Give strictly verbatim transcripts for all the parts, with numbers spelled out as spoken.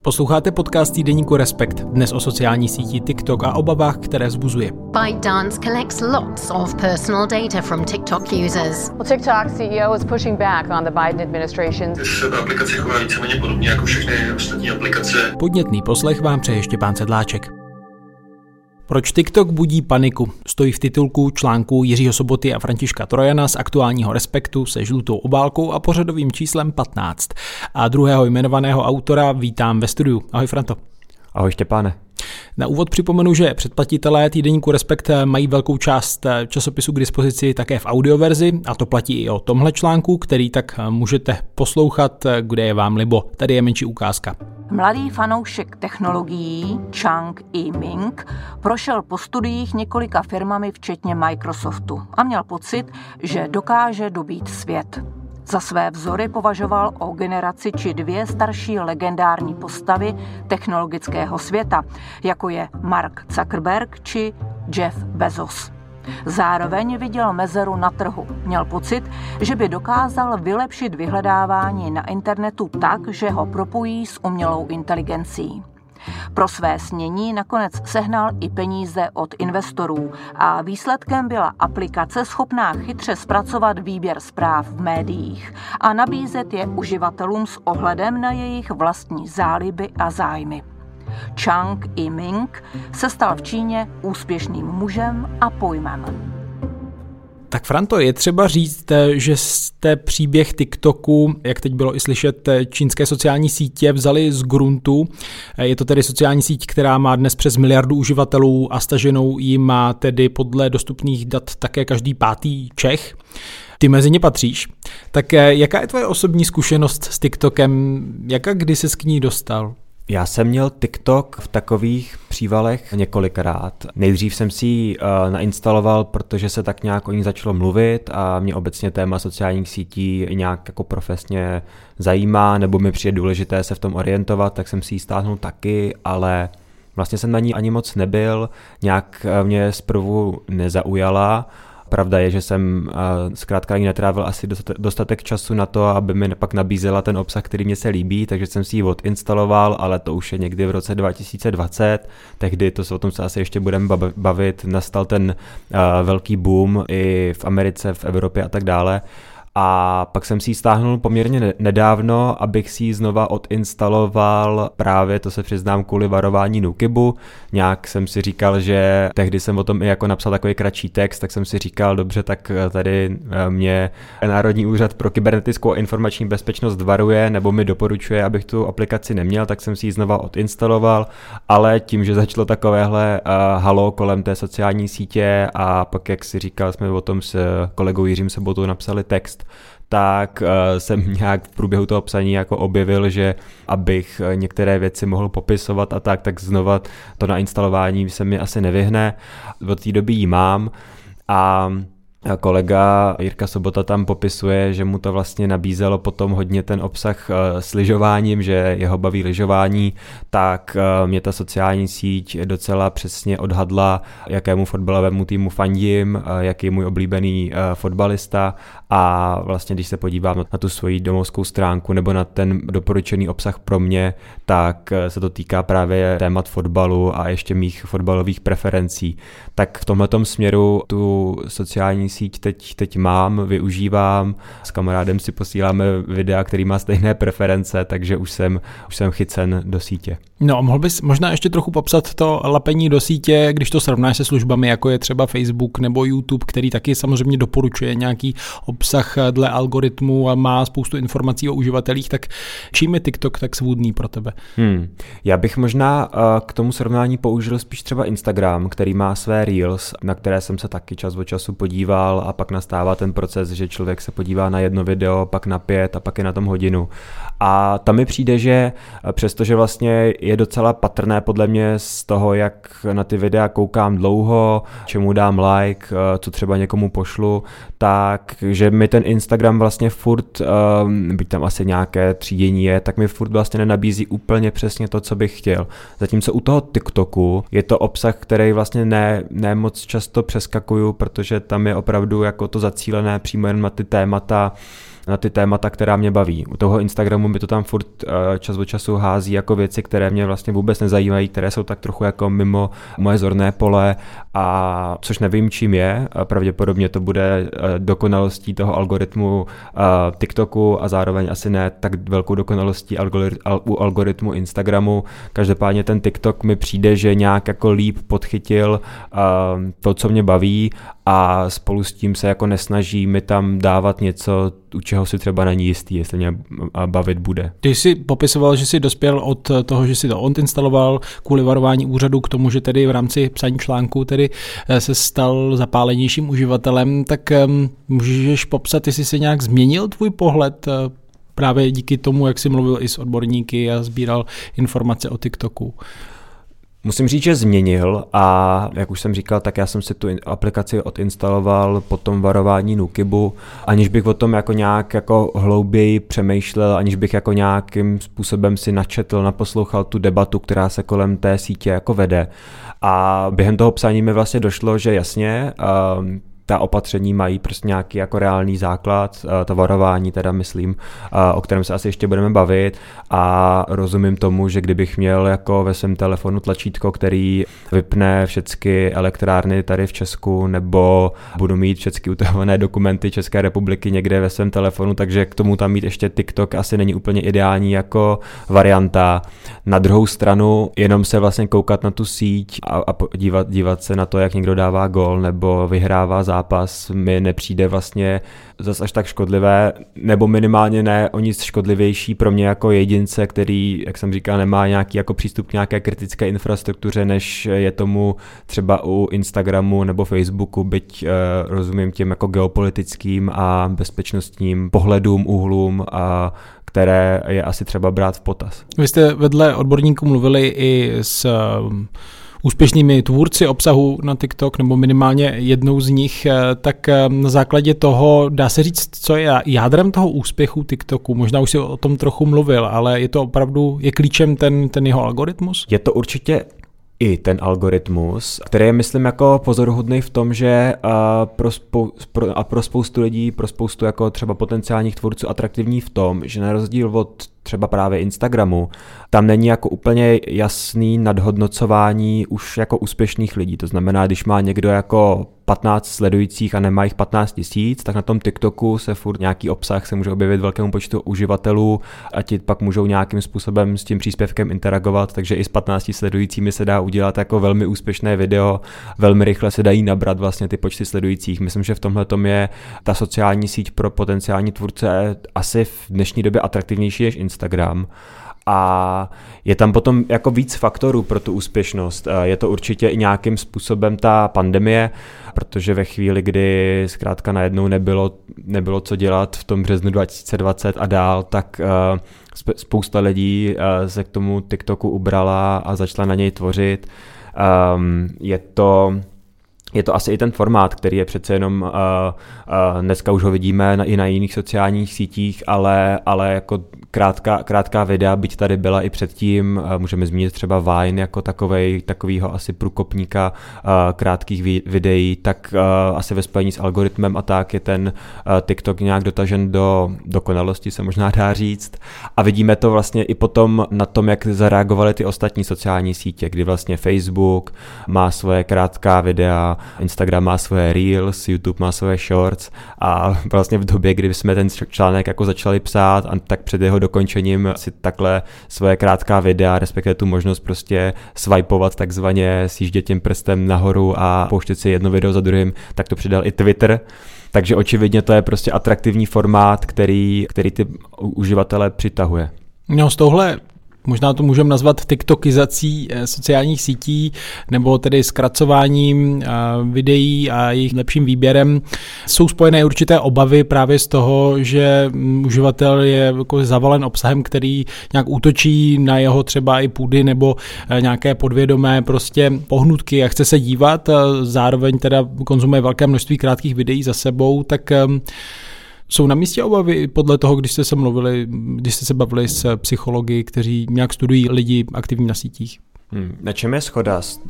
Posloucháte podcast týdeníku Respekt, dnes o sociální síti TikTok a obavách, které vzbuzuje. ByteDance collects lots of personal data from TikTok users. Well, TikTok C E O is pushing back on the Biden administration. Se aplikace chová víceméně podobně jako všechny ostatní aplikace. Podnětný poslech vám přeje Štěpán Sedláček. Proč TikTok budí paniku? Stojí v titulku článku Jiřího Soboty a Františka Trojana z aktuálního Respektu se žlutou obálkou a pořadovým číslem patnáct. A druhého jmenovaného autora vítám ve studiu. Ahoj Franto. Ahoj Štěpáne. Na úvod připomenu, že předplatitelé týdeníku Respekt mají velkou část časopisu k dispozici také v audioverzi a to platí i o tomhle článku, který tak můžete poslouchat, kde je vám libo. Tady je menší ukázka. Mladý fanoušek technologií Chang Yiming prošel po studiích několika firmami včetně Microsoftu a měl pocit, že dokáže dobít svět. Za své vzory považoval o generaci či dvě starší legendární postavy technologického světa, jako je Mark Zuckerberg či Jeff Bezos. Zároveň viděl mezeru na trhu. Měl pocit, že by dokázal vylepšit vyhledávání na internetu tak, že ho propojí s umělou inteligencí. Pro své snění nakonec sehnal i peníze od investorů a výsledkem byla aplikace schopná chytře zpracovat výběr zpráv v médiích a nabízet je uživatelům s ohledem na jejich vlastní záliby a zájmy. Chang Yiming se stal v Číně úspěšným mužem a pojmem. Tak Franto, je třeba říct, že jste příběh TikToku, jak teď bylo i slyšet, čínské sociální sítě vzali z gruntu. Je to tedy sociální síť, která má dnes přes miliardu uživatelů a staženou ji má tedy podle dostupných dat také každý pátý Čech. Ty mezi ně patříš. Tak jaká je tvoje osobní zkušenost s TikTokem? Jak a kdy ses k ní dostal? Já jsem měl TikTok v takových přívalech několikrát. Nejdřív jsem si ji uh, nainstaloval, protože se tak nějak o ní začalo mluvit a mě obecně téma sociálních sítí nějak jako profesně zajímá, nebo mi přijde důležité se v tom orientovat, tak jsem si ji stáhnul taky, ale vlastně jsem na ní ani moc nebyl, nějak mě zprvu nezaujala. Pravda je, že jsem uh, zkrátka ani netrávil asi dostatek času na to, aby mi pak nabízela ten obsah, který mě se líbí, takže jsem si ji odinstaloval, ale to už je někdy v roce dva tisíce dvacet, tehdy, to se o tom se asi ještě budeme bavit, nastal ten uh, velký boom i v Americe, v Evropě a tak dále. A pak jsem si ji stáhnul poměrně nedávno, abych si ji znova odinstaloval, právě to se přiznám kvůli varování Nukibu. Nějak jsem si říkal, že tehdy jsem o tom i jako napsal takový kratší text, tak jsem si říkal, dobře, tak tady mě Národní úřad pro kybernetickou a informační bezpečnost varuje nebo mi doporučuje, abych tu aplikaci neměl, tak jsem si ji znova odinstaloval, ale tím, že začalo takovéhle uh, halo kolem té sociální sítě a pak, jak si říkal, jsme o tom s kolegou Jiřím Sobotou napsali text, tak uh, jsem nějak v průběhu toho psaní jako objevil, že abych některé věci mohl popisovat a tak, tak znova to nainstalování se mi asi nevyhne. Od té doby ji mám a kolega Jirka Sobota tam popisuje, že mu to vlastně nabízelo potom hodně ten obsah s lyžováním, že jeho baví lyžování, tak mě ta sociální síť docela přesně odhadla, jakému fotbalovému týmu fandím, jaký je můj oblíbený fotbalista a vlastně když se podívám na tu svoji domovskou stránku nebo na ten doporučený obsah pro mě, tak se to týká právě témat fotbalu a ještě mých fotbalových preferencí. Tak v tomhletom směru tu sociální síť teď, teď mám, využívám, s kamarádem si posíláme videa, který má stejné preference, takže už jsem, už jsem chycen do sítě. No a mohl bys možná ještě trochu popsat to lapení do sítě, když to srovnáš se službami, jako je třeba Facebook nebo YouTube, který taky samozřejmě doporučuje nějaký obsah dle algoritmu a má spoustu informací o uživatelích, tak čím je TikTok tak svůdný pro tebe? Hmm. Já bych možná uh, k tomu srovnání použil spíš třeba Instagram, který má své Reels, na které jsem se taky čas od času podíval a pak nastává ten proces, že člověk se podívá na jedno video, pak na pět a pak je na tom hodinu. A tam mi přijde, že přestože vlastně je docela patrné podle mě z toho, jak na ty videa koukám dlouho, čemu dám like, co třeba někomu pošlu, tak že mi ten Instagram vlastně furt, byť tam asi nějaké třídění je, tak mi furt vlastně nenabízí úplně přesně to, co bych chtěl. Zatímco u toho TikToku je to obsah, který vlastně ne, ne moc často přeskakuju, protože tam je opravdu jako to zacílené přímo jen na ty témata, na ty témata, která mě baví. U toho Instagramu mi to tam furt čas od času hází jako věci, které mě vlastně vůbec nezajímají, které jsou tak trochu jako mimo moje zorné pole, a což nevím, čím je. Pravděpodobně to bude dokonalostí toho algoritmu TikToku a zároveň asi ne tak velkou dokonalostí u algoritmu Instagramu. Každopádně ten TikTok mi přijde, že nějak jako líp podchytil to, co mě baví, a spolu s tím se jako nesnaží mi tam dávat něco, u čeho si třeba není jistý, jestli mě bavit bude. Ty jsi popisoval, že jsi dospěl od toho, že si to odinstaloval kvůli varování úřadu k tomu, že tedy v rámci psaní článku tedy se stal zapálenějším uživatelem, tak můžeš popsat, jestli se nějak změnil tvůj pohled právě díky tomu, jak jsi mluvil i s odborníky a sbíral informace o TikToku? Musím říct, že změnil, a jak už jsem říkal, tak já jsem si tu aplikaci odinstaloval po tom varování Nukibu, aniž bych o tom jako nějak jako hlouběji přemýšlel, aniž bych jako nějakým způsobem si načetl, naposlouchal tu debatu, která se kolem té sítě jako vede. A během toho psání mi vlastně došlo, že jasně, um, ta opatření mají prostě nějaký jako reálný základ, to varování teda myslím, o kterém se asi ještě budeme bavit, a rozumím tomu, že kdybych měl jako ve svém telefonu tlačítko, který vypne všechny elektrárny tady v Česku, nebo budu mít všechny utahované dokumenty České republiky někde ve svém telefonu, takže k tomu tam mít ještě TikTok asi není úplně ideální jako varianta. Na druhou stranu jenom se vlastně koukat na tu síť a, a dívat, dívat se na to, jak někdo dává gól nebo vyhrává zápas, mi nepřijde vlastně zas až tak škodlivé, nebo minimálně ne o nic škodlivější pro mě jako jedince, který, jak jsem říkal, nemá nějaký jako přístup k nějaké kritické infrastruktuře, než je tomu třeba u Instagramu nebo Facebooku, byť uh, rozumím těm jako geopolitickým a bezpečnostním pohledům, úhlům, a které je asi třeba brát v potaz. Vy jste vedle odborníků mluvili i s um... úspěšnými tvůrci obsahu na TikTok, nebo minimálně jednou z nich, tak na základě toho dá se říct, co je jádrem toho úspěchu TikToku. Možná už si o tom trochu mluvil, ale je to opravdu, je klíčem ten, ten jeho algoritmus? Je to určitě i ten algoritmus, který je, myslím, jako pozoruhodný v tom, že uh, pro, spou- pro, a pro spoustu lidí, pro spoustu jako třeba potenciálních tvůrců atraktivní v tom, že na rozdíl od třeba právě Instagramu, tam není jako úplně jasný nadhodnocování už jako úspěšných lidí. To znamená, když má někdo jako patnáct sledujících a nemá jich patnáct tisíc, tak na tom TikToku se furt nějaký obsah se může objevit velkému počtu uživatelů a ti pak můžou nějakým způsobem s tím příspěvkem interagovat, takže i s patnácti sledujícími se dá udělat jako velmi úspěšné video, velmi rychle se dají nabrat vlastně ty počty sledujících. Myslím, že v tomhle tom je ta sociální síť pro potenciální tvůrce asi v dnešní době atraktivnější než Instagram. A je tam potom jako víc faktorů pro tu úspěšnost. Je to určitě i nějakým způsobem ta pandemie, protože ve chvíli, kdy zkrátka najednou nebylo, nebylo co dělat v tom březnu dva tisíce dvacet a dál, tak spousta lidí se k tomu TikToku ubrala a začala na něj tvořit. Je to... Je to asi i ten formát, který je přece jenom, uh, uh, dneska už ho vidíme na, i na jiných sociálních sítích, ale, ale jako krátká, krátká videa, byť tady byla i předtím, uh, můžeme zmínit třeba Vine jako takovej, takovýho asi průkopníka uh, krátkých vi- videí, tak uh, asi ve spojení s algoritmem a tak je ten uh, TikTok nějak dotažen do dokonalosti, se možná dá říct. A vidíme to vlastně i potom na tom, jak zareagovaly ty ostatní sociální sítě, kdy vlastně Facebook má svoje krátká videa, Instagram má svoje Reels, YouTube má svoje Shorts, a vlastně v době, kdy jsme ten článek jako začali psát, a tak před jeho dokončením si takhle svoje krátká videa, respektive tu možnost prostě swipeovat takzvaně, sjíždět tím prstem nahoru a pouštět si jedno video za druhým, tak to přidal i Twitter. Takže očividně to je prostě atraktivní formát, který, který ty uživatele přitahuje. No, z tohle možná to můžeme nazvat tiktokizací sociálních sítí, nebo tedy zkracováním videí a jejich lepším výběrem. Jsou spojené určité obavy právě z toho, že uživatel je jako zavalen obsahem, který nějak útočí na jeho třeba i půdy nebo nějaké podvědomé prostě pohnutky a chce se dívat, a zároveň teda konzumuje velké množství krátkých videí za sebou, tak jsou na místě obavy podle toho, když jste se mluvili, když jste se bavili s psychologi, kteří nějak studují lidi aktivní na sítích? Hmm. Na čem je shoda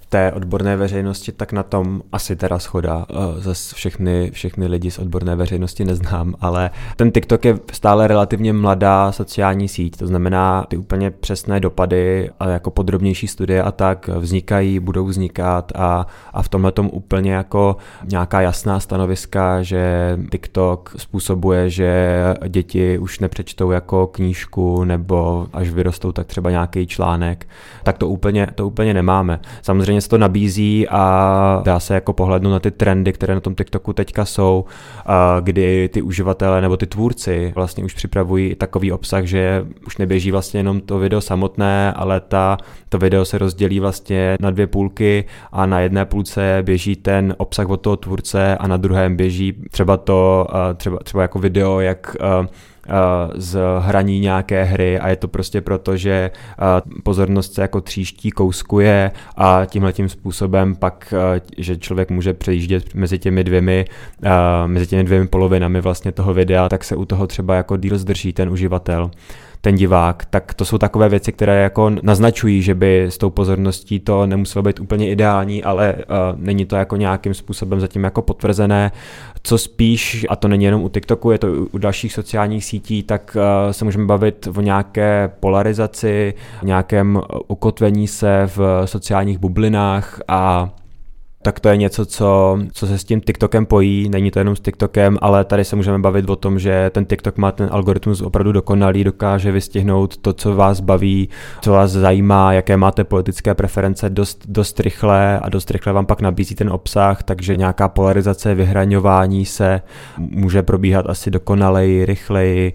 té odborné veřejnosti, tak na tom asi teda shoda. Zase všechny, všechny lidi z odborné veřejnosti neznám, ale ten TikTok je stále relativně mladá sociální síť, to znamená ty úplně přesné dopady a jako podrobnější studie a tak vznikají, budou vznikat a, a v tomhletom úplně jako nějaká jasná stanoviska, že TikTok způsobuje, že děti už nepřečtou jako knížku nebo až vyrostou tak třeba nějaký článek, tak to úplně, to úplně nemáme. Samozřejmě se to nabízí a dá se jako pohlednout na ty trendy, které na tom TikToku teďka jsou, kdy ty uživatelé nebo ty tvůrci vlastně už připravují takový obsah, že už neběží vlastně jenom to video samotné, ale ta, to video se rozdělí vlastně na dvě půlky a na jedné půlce běží ten obsah od toho tvůrce a na druhém běží třeba to, třeba, třeba jako video, jak z hraní nějaké hry a je to prostě proto, že pozornost se jako tříští, kouskuje a tímhletím způsobem pak, že člověk může přejíždět mezi těmi dvěmi, mezi těmi dvěmi polovinami vlastně toho videa, tak se u toho třeba jako díl zdrží ten uživatel, ten divák, tak to jsou takové věci, které jako naznačují, že by s tou pozorností to nemuselo být úplně ideální, ale uh, není to jako nějakým způsobem zatím jako potvrzené. Co spíš, a to není jenom u TikToku, je to u dalších sociálních sítí, tak uh, se můžeme bavit o nějaké polarizaci, nějakém ukotvení se v sociálních bublinách a tak to je něco, co, co se s tím TikTokem pojí, není to jenom s TikTokem, ale tady se můžeme bavit o tom, že ten TikTok má ten algoritmus opravdu dokonalý, dokáže vystihnout to, co vás baví, co vás zajímá, jaké máte politické preference dost, dost rychle a dost rychle vám pak nabízí ten obsah, takže nějaká polarizace, vyhraňování se může probíhat asi dokonaleji, rychleji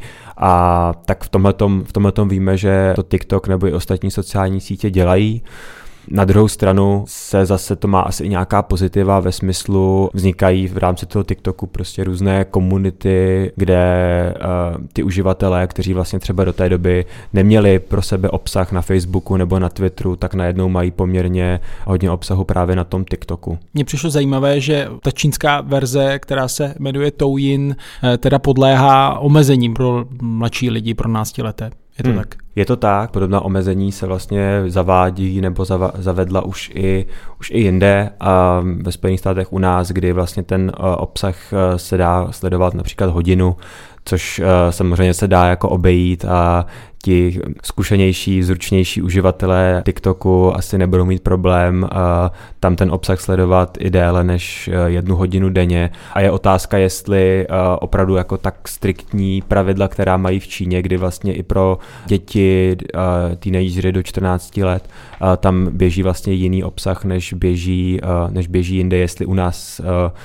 a tak v tomhletom, v tomhletom víme, že to TikTok nebo i ostatní sociální sítě dělají. Na druhou stranu se zase to má asi i nějaká pozitiva ve smyslu, vznikají v rámci toho TikToku prostě různé komunity, kde uh, ty uživatelé, kteří vlastně třeba do té doby neměli pro sebe obsah na Facebooku nebo na Twitteru, tak najednou mají poměrně hodně obsahu právě na tom TikToku. Mně přišlo zajímavé, že ta čínská verze, která se jmenuje Douyin, teda podléhá omezením pro mladší lidi, pro náctileté. Je to hmm. tak? Je to tak, podobná omezení se vlastně zavádí nebo zava, zavedla už i, už i jinde a ve Spojených státech u nás, kdy vlastně ten uh, obsah uh, se dá sledovat například hodinu, což uh, samozřejmě se dá jako obejít a ti zkušenější, zručnější uživatelé TikToku asi nebudou mít problém uh, tam ten obsah sledovat i déle než uh, jednu hodinu denně. A je otázka, jestli uh, opravdu jako tak striktní pravidla, která mají v Číně, kdy vlastně i pro děti, uh, teenagery do čtrnácti let, uh, tam běží vlastně jiný obsah, než běží, uh, než běží jinde, jestli u nás uh,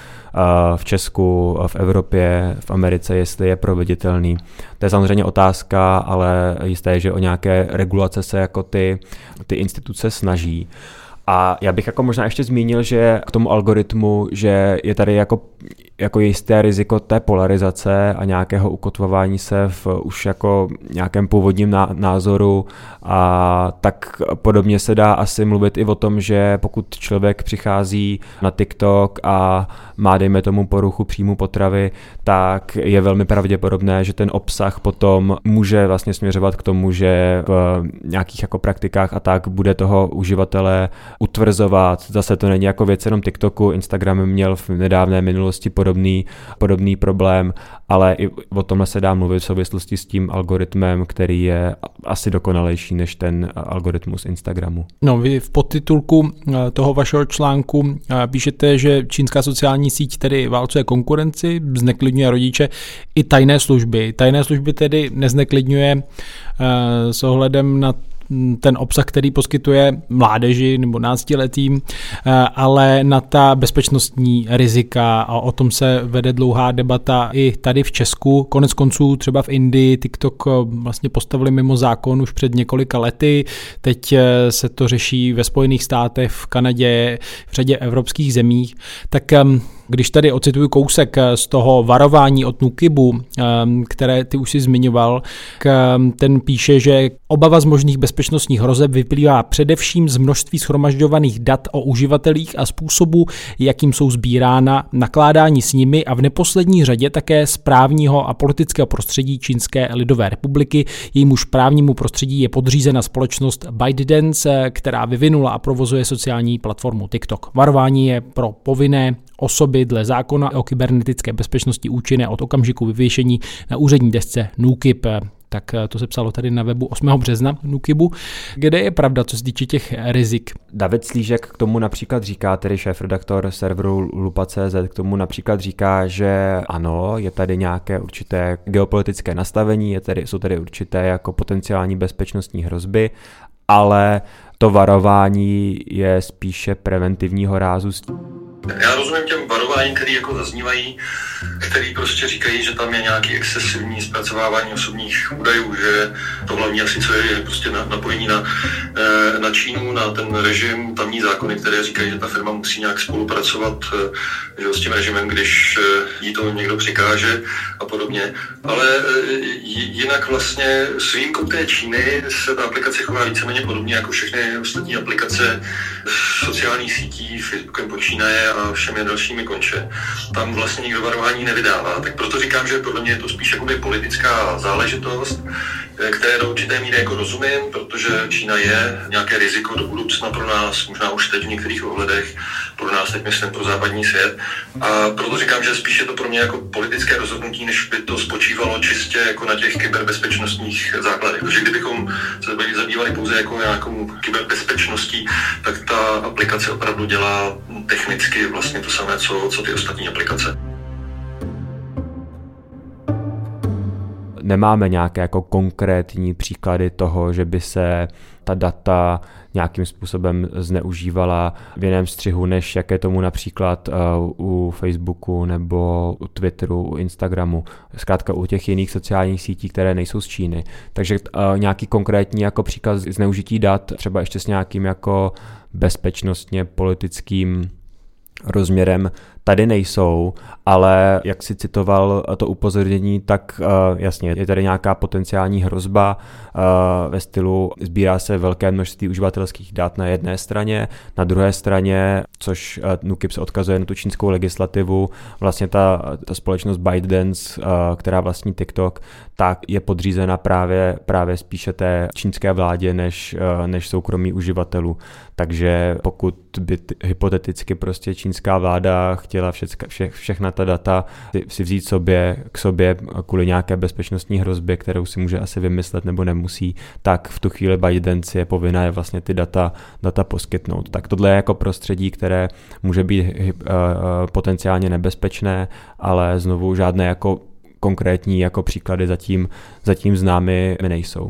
v Česku, v Evropě, v Americe, jestli je proveditelný. To je samozřejmě otázka, ale jisté je, že o nějaké regulace se jako ty, ty instituce snaží. A já bych jako možná ještě zmínil, že k tomu algoritmu, že je tady jako, jako jisté riziko té polarizace a nějakého ukotvování se v už jako nějakém původním názoru a tak podobně se dá asi mluvit i o tom, že pokud člověk přichází na TikTok a má dejme tomu poruchu příjmu potravy, tak je velmi pravděpodobné, že ten obsah potom může vlastně směřovat k tomu, že v nějakých jako praktikách a tak bude toho uživatele utvrzovat. Zase to není jako věc jenom TikToku, Instagram měl v nedávné minulosti podobný, podobný problém, ale i o tomhle se dá mluvit v souvislosti s tím algoritmem, který je asi dokonalejší než ten algoritmus Instagramu. No, vy v podtitulku toho vašeho článku píšete, že čínská sociální síť tedy válcuje konkurenci, zneklidňuje rodiče i tajné služby. Tajné služby tedy nezneklidňuje s ohledem na ten obsah, který poskytuje mládeži nebo náctiletým, ale na ta bezpečnostní rizika a o tom se vede dlouhá debata i tady v Česku. Konec konců třeba v Indii TikTok vlastně postavili mimo zákon už před několika lety, teď se to řeší ve Spojených státech, v Kanadě, v řadě evropských zemích. Tak Když tady ocituju kousek z toho varování od Nukibu, které ty už si zmiňoval, ten píše, že obava z možných bezpečnostních hrozeb vyplývá především z množství shromažďovaných dat o uživatelích a způsobu, jakým jsou sbírána, nakládání s nimi a v neposlední řadě také z právního a politického prostředí Čínské lidové republiky, jejímuž právnímu prostředí je podřízena společnost ByteDance, která vyvinula a provozuje sociální platformu TikTok. Varování je pro povinné osoby dle zákona o kybernetické bezpečnosti účinné od okamžiku vyvěšení na úřední desce Nukib. Tak to se psalo tady na webu osmého března Nukibu. Kde je pravda, co se týče těch rizik? David Slížek k tomu například říká, tedy šéfredaktor serveru lupa tečka cé zet, k tomu například říká, že ano, je tady nějaké určité geopolitické nastavení, je tady, jsou tady určité jako potenciální bezpečnostní hrozby, ale to varování je spíše preventivního rázu. Já rozumím těm varováním, které jako zaznívají, který prostě říkají, že tam je nějaký excesivní zpracovávání osobních údajů, že to hlavní asi, co je, je prostě napojení na, na Čínu, na ten režim, tamní zákony, které říkají, že ta firma musí nějak spolupracovat že, s tím režimem, když jí to někdo přikáže a podobně. Ale jinak vlastně s výjimkou té Číny se ta aplikace chová víceméně podobně jako všechny ostatní aplikace sociálních sítí, Facebookem počínaje a všemi dalšími konče. Tam vlastně nikdo varování nevydává, tak proto říkám, že podle mě je to spíš jakoby politická záležitost, které do určité míry jako rozumím, protože Čína je nějaké riziko do budoucna pro nás, možná už teď v některých ohledech, pro nás teď myslím pro západní svět. A proto říkám, že spíš je to pro mě jako politické rozhodnutí, než by to spočívalo čistě jako na těch kyberbezpečnostních základech. Protože kdybychom se zabývali pouze jako nějakou kyberbezpečností, tak ta aplikace opravdu dělá technicky vlastně to samé, co, co ty ostatní aplikace. Nemáme nějaké jako konkrétní příklady toho, že by se ta data nějakým způsobem zneužívala v jiném střihu, než jak je tomu například u Facebooku nebo u Twitteru, u Instagramu, zkrátka u těch jiných sociálních sítí, které nejsou z Číny. Takže nějaký konkrétní jako příklad zneužití dat, třeba ještě s nějakým jako bezpečnostně politickým rozměrem, tady nejsou, ale jak si citoval to upozornění, tak uh, jasně, je tady nějaká potenciální hrozba uh, ve stylu sbírá se velké množství uživatelských dat na jedné straně, na druhé straně, což uh, Nukib se odkazuje na tu čínskou legislativu, vlastně ta, ta společnost ByteDance, uh, která vlastní TikTok, tak je podřízena právě, právě spíše té čínské vládě, než, uh, než soukromí uživatelů. Takže pokud by t- hypoteticky prostě čínská vláda chtěla všecka, vše, všechna ta data si vzít sobě, k sobě kvůli nějaké bezpečnostní hrozbě, kterou si může asi vymyslet nebo nemusí, tak v tu chvíli ByteDance je povinná je vlastně ty data, data poskytnout. Tak tohle je jako prostředí, které může být uh, potenciálně nebezpečné, ale znovu žádné jako konkrétní jako příklady zatím, zatím známy nejsou.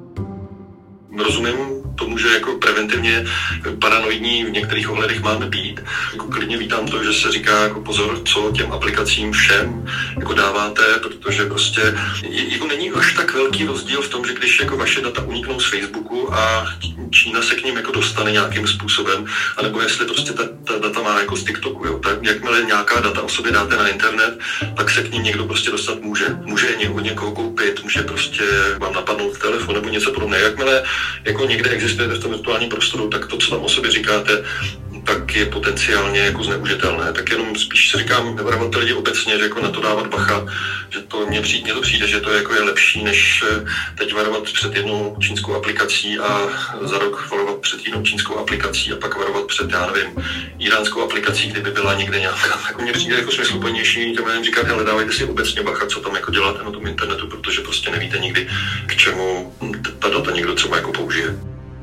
Rozumím tomu, že jako preventivně paranoidní v některých ohledech máme být. Jako klidně vítám to, že se říká jako pozor, co těm aplikacím všem jako dáváte, protože prostě jako není až tak velký rozdíl v tom, že když jako vaše data uniknou z Facebooku a Čína se k ním jako dostane nějakým způsobem, anebo jestli prostě ta, ta data má jako z TikToku, jo, tak jakmile nějaká data o sobě dáte na internet, tak se k ním někdo prostě dostat může. Může je od někoho koupit, může prostě vám napadnout telefon nebo něco podobného. Jakmile jako někde existujete v tom virtuálním prostoru, tak to, co tam o sobě říkáte, tak je potenciálně jako zneužitelné. Tak jenom spíš si říkám, varovat lidi obecně, že jako na to dávat bacha, že to mně přijde, to přijde, že to jako je lepší, než teď varovat před jednou čínskou aplikací a za rok varovat před jinou čínskou aplikací a pak varovat před, já nevím, iránskou aplikací, kdyby byla někde nějaká. Jako mně přijde jako smysluplnější, těm lidem říkat, hele, dávajte si obecně bacha, co tam jako děláte na tom internetu, protože prostě nevíte nikdy, k čemu ta data někdo třeba jako použije.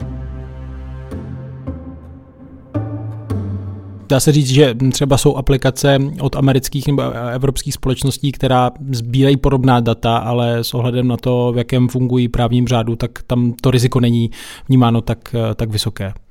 Dá se říct, že třeba jsou aplikace od amerických nebo evropských společností, která sbírají podobná data, ale s ohledem na to, v jakém fungují právním řádu, tak tam to riziko není vnímáno tak, tak vysoké.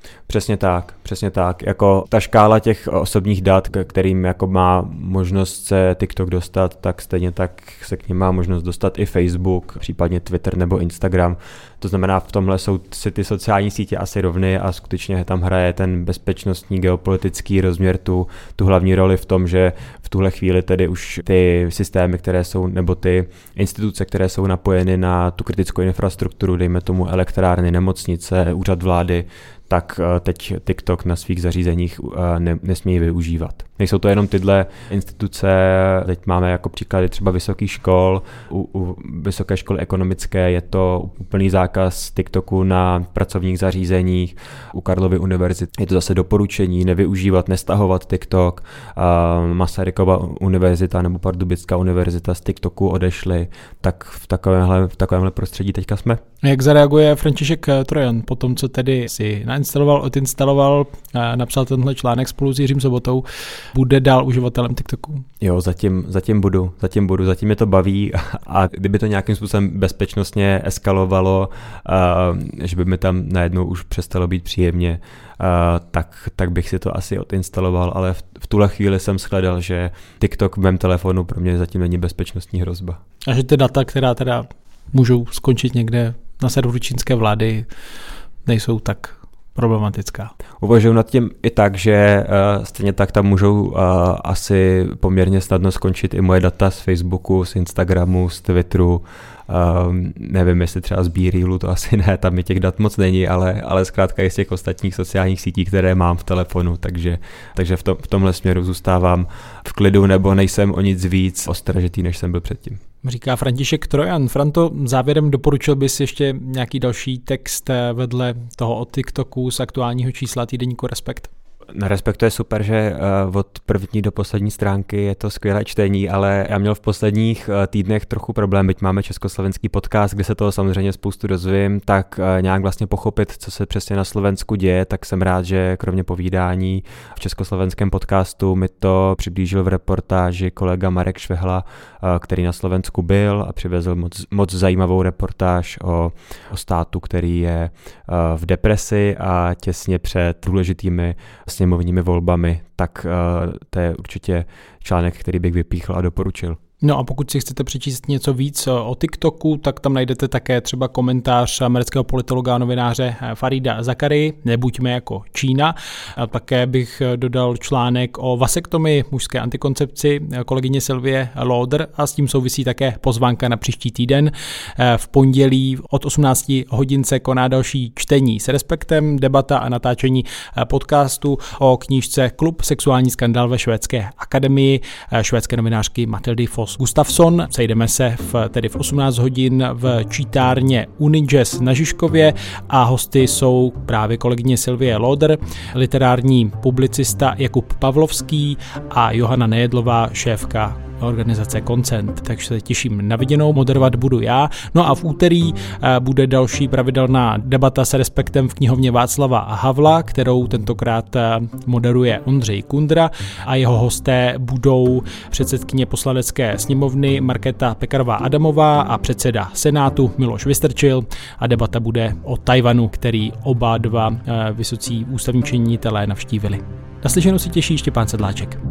Přesně tak, přesně tak. Jako ta škála těch osobních dat, kterým jako má možnost se TikTok dostat, tak stejně tak se k nim má možnost dostat i Facebook, případně Twitter nebo Instagram. To znamená, v tomhle jsou si ty sociální sítě asi rovny a skutečně tam hraje ten bezpečnostní geopolitický rozměr tu, tu hlavní roli v tom, že v tuhle chvíli tedy už ty systémy, které jsou, nebo ty instituce, které jsou napojeny na tu kritickou infrastrukturu, dejme tomu elektrárny, nemocnice, úřad vlády, tak teď TikTok na svých zařízeních ne, nesmí využívat. Nejsou to jenom tyhle instituce, teď máme jako příklady třeba vysokých škol, u, u vysoké školy ekonomické je to úplný zákaz TikToku na pracovních zařízeních, u Karlovy univerzity je to zase doporučení nevyužívat, nestahovat TikTok, Masarykova univerzita nebo Pardubická univerzita z TikToku odešly, tak v takovémhle, v takovémhle prostředí teďka jsme. Jak zareaguje František Trojan po tom, co tedy si nainstaloval, odinstaloval, napsal tenhle článek spolu s Jiřím Sobotou, bude dál uživatelem TikToku? Jo, zatím, zatím budu, zatím budu, zatím mě to baví a kdyby to nějakým způsobem bezpečnostně eskalovalo, uh, že by mi tam najednou už přestalo být příjemně, uh, tak, tak bych si to asi odinstaloval, ale v, v tuhle chvíli jsem shledal, že TikTok v mém telefonu pro mě zatím není bezpečnostní hrozba. A že ty data, která teda můžou skončit někde na serveru čínské vlády, nejsou tak problematická. Uvažuji nad tím i tak, že uh, stejně tak tam můžou uh, asi poměrně snadno skončit i moje data z Facebooku, z Instagramu, z Twitteru. Uh, nevím, jestli třeba z BeRealu, to asi ne, tam mi těch dat moc není, ale, ale zkrátka i z těch ostatních sociálních sítí, které mám v telefonu, takže, takže v, tom, v tomhle směru zůstávám v klidu, nebo nejsem o nic víc ostražitý, než jsem byl předtím. Říká František Trojan. Franto, závěrem doporučil bys ještě nějaký další text vedle toho od TikToku z aktuálního čísla týdeníku Respekt? Na Respektu je super, že od první do poslední stránky je to skvělé čtení, ale já měl v posledních týdnech trochu problém, byť máme československý podcast, kde se toho samozřejmě spoustu dozvím, tak nějak vlastně pochopit, co se přesně na Slovensku děje, tak jsem rád, že kromě povídání v československém podcastu mi to přiblížil v reportáži kolega Marek Švehla, který na Slovensku byl a přivezl moc, moc zajímavou reportáž o, o státu, který je v depresi a těsně před důležitými sněmovními volbami, tak uh, to je určitě článek, který bych vypíchl a doporučil. No a pokud si chcete přečíst něco víc o TikToku, tak tam najdete také třeba komentář amerického politologa a novináře Farida Zakary, Nebuďme jako Čína. A také bych dodal článek o vasektomii, mužské antikoncepci kolegyně Sylvie Lauder a s tím souvisí také pozvánka na příští týden. V pondělí od osmnáct hodin se koná další čtení s Respektem, debata a natáčení podcastu o knížce Klub sexuální skandál ve švédské akademii švédské novinářky Matildy Foss Gustafsson. Sejdeme se v, tedy v osmnáct hodin v čítárně Unijazz na Žižkově a hosty jsou právě kolegyně Sylvie Lauder, literární publicista Jakub Pavlovský a Johana Nejedlová, šéfka organizace Koncent. Takže se těším na viděnou, moderovat budu já. No a v úterý bude další pravidelná debata s Respektem v knihovně Václava Havla, kterou tentokrát moderuje Ondřej Kundra a jeho hosté budou předsedkyně poslanecké sněmovny Markéta Pekarová Adamová a předseda Senátu Miloš Vystrčil a debata bude o Tajvanu, který oba dva vysocí ústavní činitelé navštívili. Naslyšenou si těší Štěpán Sedláček.